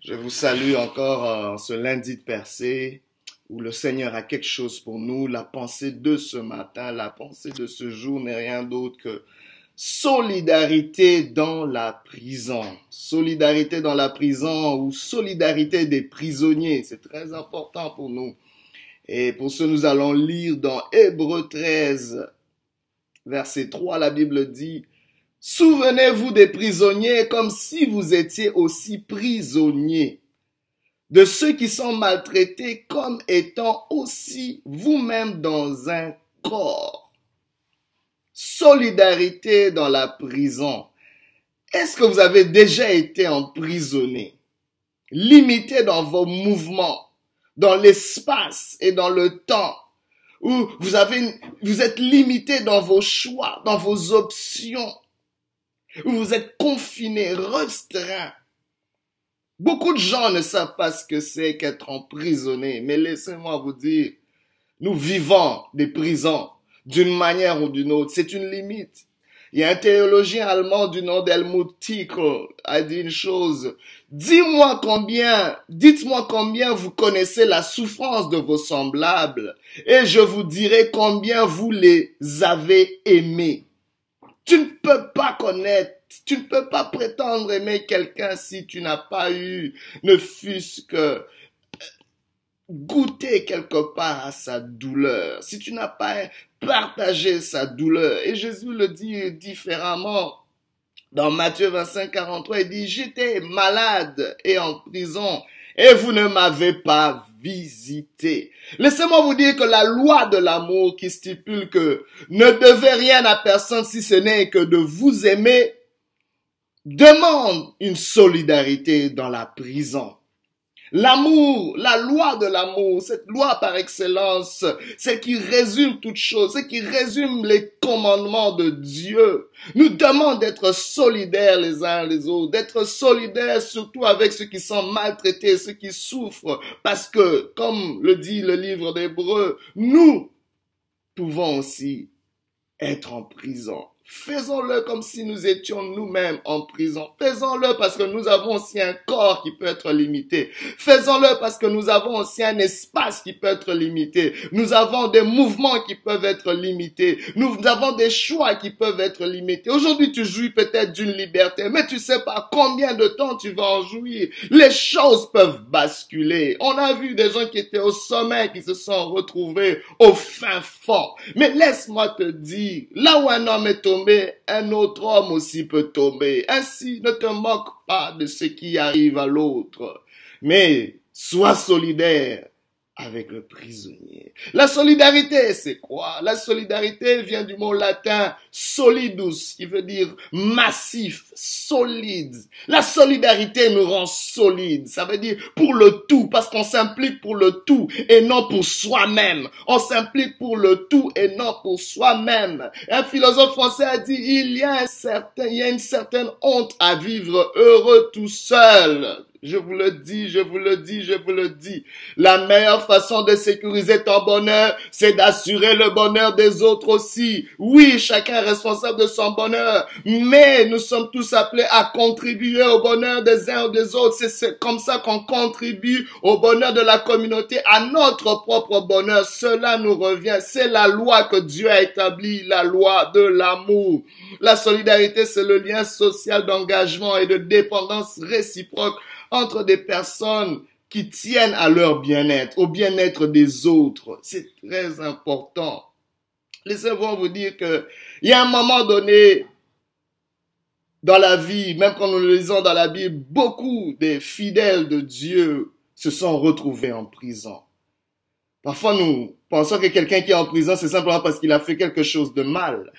Je vous salue encore en ce lundi de percée où le Seigneur a quelque chose pour nous. La pensée de ce matin, la pensée de ce jour n'est rien d'autre que solidarité dans la prison. Solidarité dans la prison ou solidarité des prisonniers. C'est très important pour nous. Et pour ce, nous allons lire dans Hébreux 13, verset 3, la Bible dit: Souvenez-vous des prisonniers comme si vous étiez aussi prisonniers, de ceux qui sont maltraités comme étant aussi vous-même dans un corps. Solidarité dans la prison. Est-ce que vous avez déjà été emprisonné, limité dans vos mouvements, dans l'espace et dans le temps, où vous êtes limité dans vos choix, dans vos options, où vous êtes confiné, restreint? Beaucoup de gens ne savent pas ce que c'est qu'être emprisonné, mais laissez-moi vous dire, nous vivons des prisons d'une manière ou d'une autre. C'est une limite. Il y a un théologien allemand du nom d'Helmut Tickl a dit une chose: dites-moi combien vous connaissez la souffrance de vos semblables, et je vous dirai combien vous les avez aimés. Tu ne peux pas connaître, tu ne peux pas prétendre aimer quelqu'un si tu n'as pas eu, ne fût-ce que goûter quelque part à sa douleur, si tu n'as pas partagé sa douleur. Et Jésus le dit différemment. Dans Matthieu 25, 43, il dit: j'étais malade et en prison, et vous ne m'avez pas visité. Laissez-moi vous dire que la loi de l'amour qui stipule que ne devez rien à personne si ce n'est que de vous aimer, demande une solidarité dans la prison. L'amour, la loi de l'amour, cette loi par excellence, c'est qui résume toute chose, c'est qui résume les commandements de Dieu, nous demande d'être solidaires les uns les autres, d'être solidaires surtout avec ceux qui sont maltraités, ceux qui souffrent, parce que, comme le dit le livre d'Hébreux, nous pouvons aussi être en prison. Faisons-le comme si nous étions nous-mêmes en prison. Faisons-le parce que nous avons aussi un corps qui peut être limité. Faisons-le parce que nous avons aussi un espace qui peut être limité. Nous avons des mouvements qui peuvent être limités. Nous avons des choix qui peuvent être limités. Aujourd'hui, tu jouis peut-être d'une liberté, mais tu sais pas combien de temps tu vas en jouir. Les choses peuvent basculer. On a vu des gens qui étaient au sommet, qui se sont retrouvés au fin fond. Mais laisse-moi te dire, là où un homme est tombé, un autre homme aussi peut tomber. Ainsi, ne te moque pas de ce qui arrive à l'autre, mais sois solidaire avec le prisonnier. La solidarité, c'est quoi? La solidarité vient du mot latin solidus, qui veut dire massif, solide. La solidarité nous rend solides. Ça veut dire pour le tout, parce qu'on s'implique pour le tout et non pour soi-même. On s'implique pour le tout et non pour soi-même. Un philosophe français a dit: il y a une certaine honte à vivre heureux tout seul. Je vous le dis, je vous le dis, je vous le dis. La meilleure façon de sécuriser ton bonheur, c'est d'assurer le bonheur des autres aussi. Oui, chacun est responsable de son bonheur, mais nous sommes tous appelés à contribuer au bonheur des uns ou des autres. C'est comme ça qu'on contribue au bonheur de la communauté, à notre propre bonheur. Cela nous revient. C'est la loi que Dieu a établie, la loi de l'amour. La solidarité, c'est le lien social d'engagement et de dépendance réciproque entre des personnes qui tiennent à leur bien-être, au bien-être des autres. C'est très important. Laissez-moi vous dire que il y a un moment donné dans la vie, même quand nous le lisons dans la Bible, beaucoup des fidèles de Dieu se sont retrouvés en prison. Parfois, nous pensons que quelqu'un qui est en prison, c'est simplement parce qu'il a fait quelque chose de mal.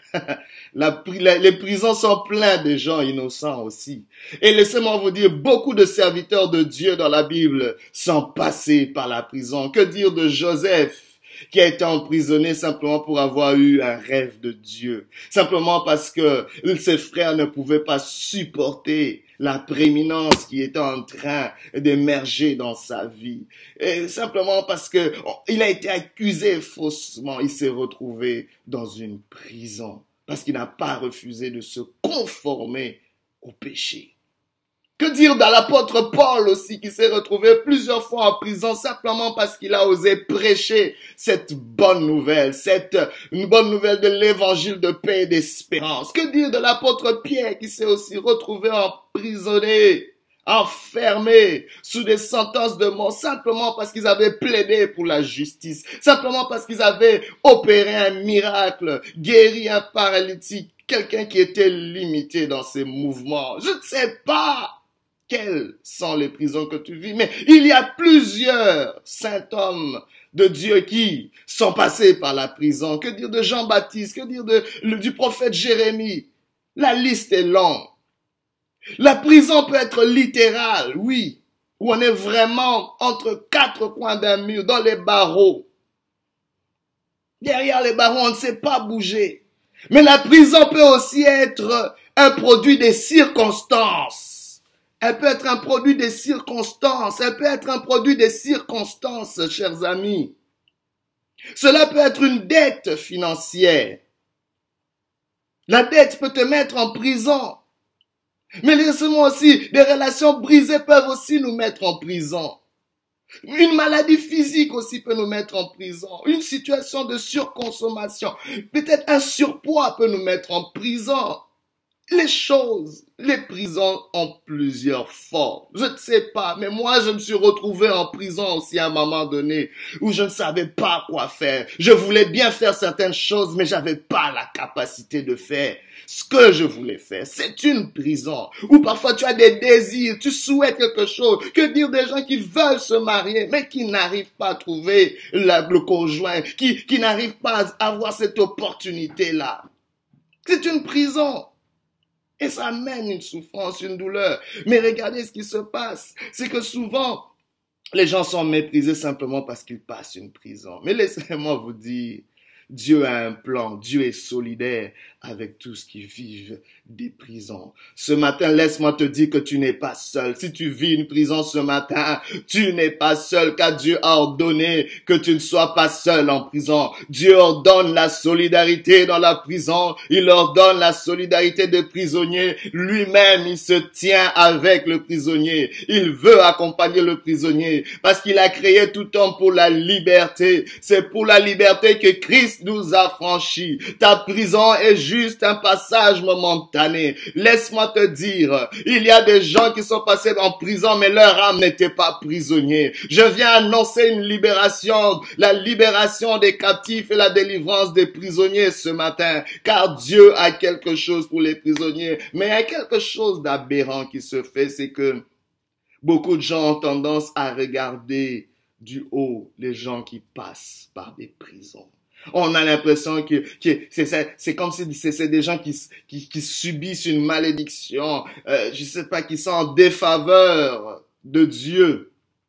Les prisons sont pleines de gens innocents aussi. Et laissez-moi vous dire, beaucoup de serviteurs de Dieu dans la Bible sont passés par la prison. Que dire de Joseph, qui a été emprisonné simplement pour avoir eu un rêve de Dieu, simplement parce que ses frères ne pouvaient pas supporter la prééminence qui était en train d'émerger dans sa vie, et simplement parce que il a été accusé faussement, il s'est retrouvé dans une prison parce qu'il n'a pas refusé de se conformer au péché. Que dire de l'apôtre Paul aussi qui s'est retrouvé plusieurs fois en prison simplement parce qu'il a osé prêcher cette bonne nouvelle, une bonne nouvelle de l'évangile de paix et d'espérance. Que dire de l'apôtre Pierre qui s'est aussi retrouvé emprisonné, enfermés sous des sentences de mort simplement parce qu'ils avaient plaidé pour la justice, simplement parce qu'ils avaient opéré un miracle, guéri un paralytique, quelqu'un qui était limité dans ses mouvements. Je ne sais pas quelles sont les prisons que tu vis, mais il y a plusieurs saints hommes de Dieu qui sont passés par la prison. Que dire de Jean-Baptiste? Que dire du prophète Jérémie? La liste est longue. La prison peut être littérale, oui, où on est vraiment entre quatre coins d'un mur, dans les barreaux. Derrière les barreaux, on ne sait pas bouger. Mais la prison peut aussi être un produit des circonstances. Elle peut être un produit des circonstances. Elle peut être un produit des circonstances, chers amis. Cela peut être une dette financière. La dette peut te mettre en prison. Mais laissez-moi aussi, des relations brisées peuvent aussi nous mettre en prison. Une maladie physique aussi peut nous mettre en prison. Une situation de surconsommation, peut-être un surpoids peut nous mettre en prison. Les prisons ont plusieurs formes. Je ne sais pas, mais moi je me suis retrouvé en prison aussi à un moment donné où je ne savais pas quoi faire. Je voulais bien faire certaines choses, mais j'avais pas la capacité de faire ce que je voulais faire. C'est une prison où parfois tu as des désirs, tu souhaites quelque chose. Que dire des gens qui veulent se marier, mais qui n'arrivent pas à trouver le conjoint, qui n'arrivent pas à avoir cette opportunité-là. C'est une prison. Et ça amène une souffrance, une douleur. Mais regardez ce qui se passe. C'est que souvent, les gens sont méprisés simplement parce qu'ils passent une prison. Mais laissez-moi vous dire, Dieu a un plan. Dieu est solidaire avec tous qui vivent des prisons. Ce matin, laisse-moi te dire que tu n'es pas seul. Si tu vis une prison ce matin, tu n'es pas seul car Dieu a ordonné que tu ne sois pas seul en prison. Dieu ordonne la solidarité dans la prison. Il ordonne la solidarité des prisonniers. Lui-même, il se tient avec le prisonnier. Il veut accompagner le prisonnier parce qu'il a créé tout homme pour la liberté. C'est pour la liberté que Christ nous a franchis. Ta prison est juste un passage momentané. Laisse-moi te dire, il y a des gens qui sont passés en prison, mais leur âme n'était pas prisonnier. Je viens annoncer une libération, la libération des captifs et la délivrance des prisonniers ce matin, car Dieu a quelque chose pour les prisonniers. Mais il y a quelque chose d'aberrant qui se fait, c'est que beaucoup de gens ont tendance à regarder du haut les gens qui passent par des prisons. On a l'impression que c'est comme si c'est des gens qui subissent une malédiction, je sais pas, qui sont en défaveur de Dieu.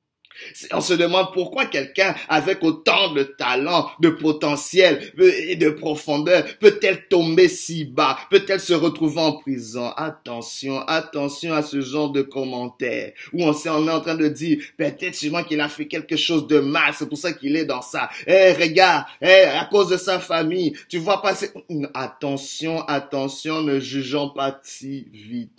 On se demande pourquoi quelqu'un avec autant de talent, de potentiel et de profondeur peut-elle tomber si bas, peut-elle se retrouver en prison. Attention à ce genre de commentaires où on est en train de dire peut-être sûrement qu'il a fait quelque chose de mal, c'est pour ça qu'il est dans ça. Regarde, à cause de sa famille, tu vois passer. Attention, ne jugeons pas si vite,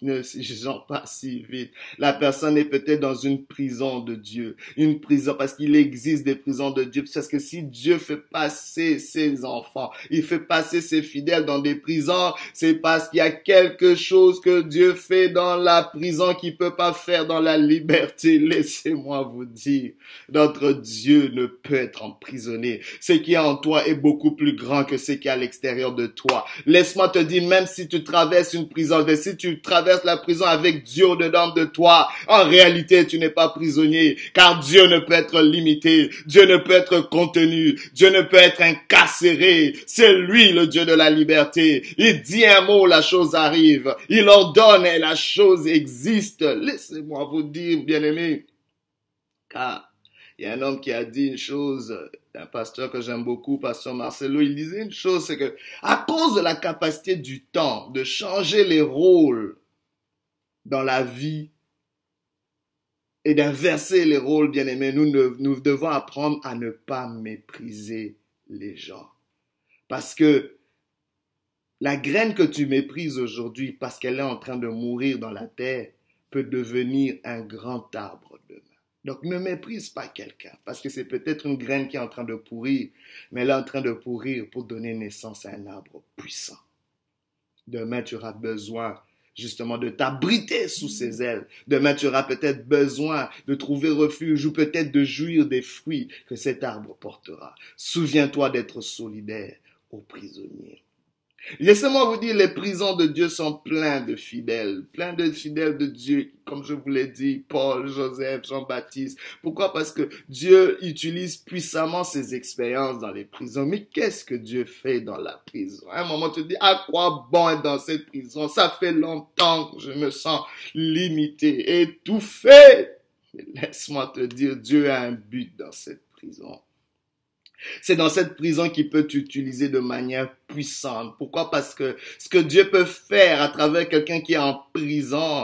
La personne est peut-être dans une prison de Dieu. Une prison, parce qu'il existe des prisons de Dieu. Parce que si Dieu fait passer ses enfants, il fait passer ses fidèles dans des prisons, c'est parce qu'il y a quelque chose que Dieu fait dans la prison qu'il peut pas faire dans la liberté. Laissez-moi vous dire, notre Dieu ne peut être emprisonné. Ce qui est en toi est beaucoup plus grand que ce qui est à l'extérieur de toi. Laisse-moi te dire, même si tu traverses une prison, si tu traverses la prison avec Dieu au-dedans de toi, en réalité, tu n'es pas prisonnier, car Dieu ne peut être limité, Dieu ne peut être contenu, Dieu ne peut être incarcéré. C'est lui le Dieu de la liberté. Il dit un mot, la chose arrive. Il ordonne et la chose existe. Laissez-moi vous dire, bien-aimés, car il y a un homme qui a dit une chose, un pasteur que j'aime beaucoup, pasteur Marcelo, il disait une chose, c'est que à cause de la capacité du temps de changer les rôles dans la vie, et d'inverser les rôles, bien-aimés, nous devons apprendre à ne pas mépriser les gens. Parce que la graine que tu méprises aujourd'hui, parce qu'elle est en train de mourir dans la terre, peut devenir un grand arbre demain. Donc ne méprise pas quelqu'un, parce que c'est peut-être une graine qui est en train de pourrir, mais elle est en train de pourrir pour donner naissance à un arbre puissant. Demain, tu auras besoin justement de t'abriter sous ses ailes. Demain, tu auras peut-être besoin de trouver refuge ou peut-être de jouir des fruits que cet arbre portera. Souviens-toi d'être solidaire aux prisonniers. Laissez-moi vous dire, les prisons de Dieu sont pleins de fidèles de Dieu, comme je vous l'ai dit, Paul, Joseph, Jean-Baptiste. Pourquoi? Parce que Dieu utilise puissamment ses expériences dans les prisons. Mais qu'est-ce que Dieu fait dans la prison? À un moment, tu te dis, à quoi bon être dans cette prison? Ça fait longtemps que je me sens limité, étouffé. Mais laisse-moi te dire, Dieu a un but dans cette prison. C'est dans cette prison qu'il peut t'utiliser de manière puissante. Pourquoi? Parce que ce que Dieu peut faire à travers quelqu'un qui est en prison,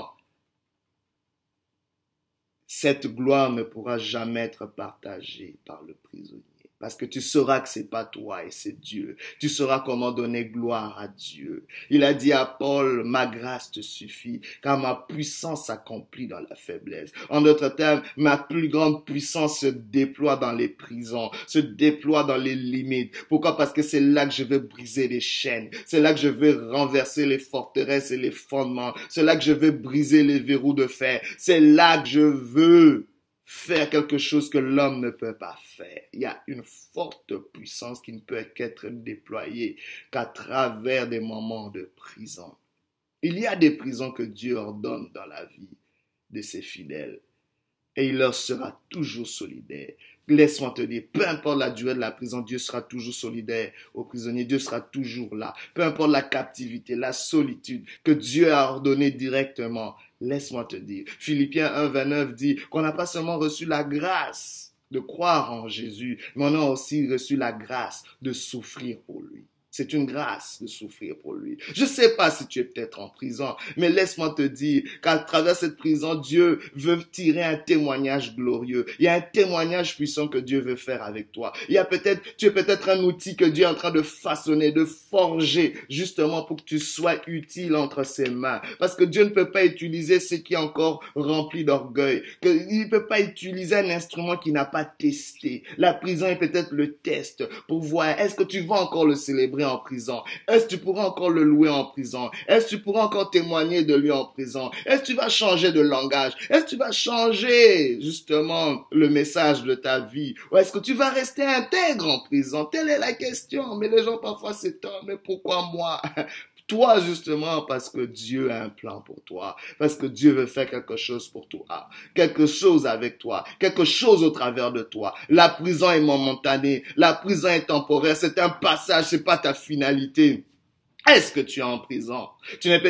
cette gloire ne pourra jamais être partagée par le prisonnier. Parce que tu sauras que c'est pas toi et c'est Dieu. Tu sauras comment donner gloire à Dieu. Il a dit à Paul, ma grâce te suffit, car ma puissance s'accomplit dans la faiblesse. En d'autres termes, ma plus grande puissance se déploie dans les prisons, se déploie dans les limites. Pourquoi? Parce que c'est là que je vais briser les chaînes. C'est là que je vais renverser les forteresses et les fondements. C'est là que je vais briser les verrous de fer. C'est là que je veux faire quelque chose que l'homme ne peut pas faire. Il y a une forte puissance qui ne peut qu'être déployée qu'à travers des moments de prison. Il y a des prisons que Dieu ordonne dans la vie de ses fidèles et il leur sera toujours solidaire. Laisse-moi te dire, peu importe la durée de la prison, Dieu sera toujours solidaire aux prisonniers. Dieu sera toujours là. Peu importe la captivité, la solitude que Dieu a ordonné directement. Laisse-moi te dire, Philippiens 1:29 dit qu'on n'a pas seulement reçu la grâce de croire en Jésus, mais on a aussi reçu la grâce de souffrir pour lui. C'est une grâce de souffrir pour lui. Je ne sais pas si tu es peut-être en prison, mais laisse-moi te dire qu'à travers cette prison, Dieu veut tirer un témoignage glorieux. Il y a un témoignage puissant que Dieu veut faire avec toi. Tu es peut-être un outil que Dieu est en train de façonner, de forger, justement pour que tu sois utile entre ses mains. Parce que Dieu ne peut pas utiliser ce qui est encore rempli d'orgueil. Il ne peut pas utiliser un instrument qu'il n'a pas testé. La prison est peut-être le test pour voir est-ce que tu vas encore le célébrer en prison? Est-ce que tu pourras encore le louer en prison? Est-ce que tu pourras encore témoigner de lui en prison? Est-ce que tu vas changer de langage? Est-ce que tu vas changer justement le message de ta vie? Ou est-ce que tu vas rester intègre en prison? Telle est la question. Mais les gens parfois s'étonnent, mais pourquoi moi? Toi, justement, parce que Dieu a un plan pour toi. Parce que Dieu veut faire quelque chose pour toi. Quelque chose avec toi. Quelque chose au travers de toi. La prison est momentanée. La prison est temporaire. C'est un passage. C'est pas ta finalité. Est-ce que tu es en prison? Tu n'es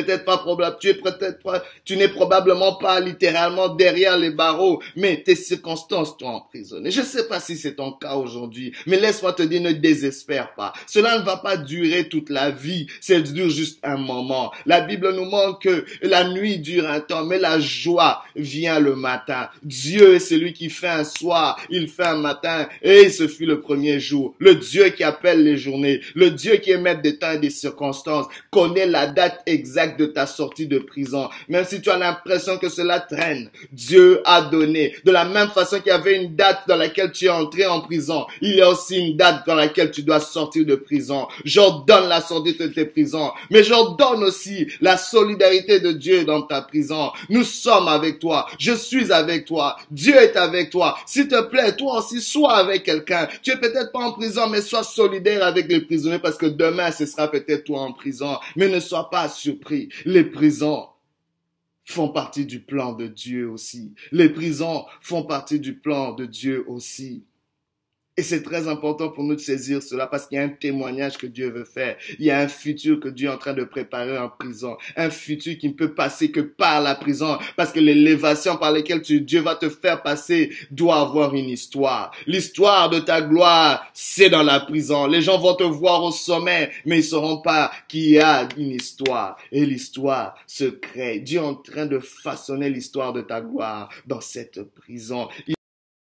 probablement pas littéralement derrière les barreaux, mais tes circonstances t'ont emprisonné. Je ne sais pas si c'est ton cas aujourd'hui, mais laisse-moi te dire, ne désespère pas. Cela ne va pas durer toute la vie, ça dure juste un moment. La Bible nous montre que la nuit dure un temps, mais la joie vient le matin. Dieu est celui qui fait un soir, il fait un matin, et ce fut le premier jour. Le Dieu qui appelle les journées, le Dieu qui est maître des temps et des circonstances, connaît la date exacte de ta sortie de prison. Même si tu as l'impression que cela traîne, Dieu a donné. De la même façon qu'il y avait une date dans laquelle tu es entré en prison, il y a aussi une date dans laquelle tu dois sortir de prison. J'ordonne la sortie de tes prisons, mais j'ordonne aussi la solidarité de Dieu dans ta prison. Nous sommes avec toi. Je suis avec toi. Dieu est avec toi. S'il te plaît, toi aussi, sois avec quelqu'un. Tu es peut-être pas en prison, mais sois solidaire avec les prisonniers parce que demain, ce sera peut-être toi en prison. Mais ne sois pas surpris. Les prisons font partie du plan de Dieu aussi. Les prisons font partie du plan de Dieu aussi. Et c'est très important pour nous de saisir cela parce qu'il y a un témoignage que Dieu veut faire. Il y a un futur que Dieu est en train de préparer en prison. Un futur qui ne peut passer que par la prison parce que l'élévation par laquelle Dieu va te faire passer doit avoir une histoire. L'histoire de ta gloire, c'est dans la prison. Les gens vont te voir au sommet, mais ils ne sauront pas qu'il y a une histoire. Et l'histoire se crée. Dieu est en train de façonner l'histoire de ta gloire dans cette prison.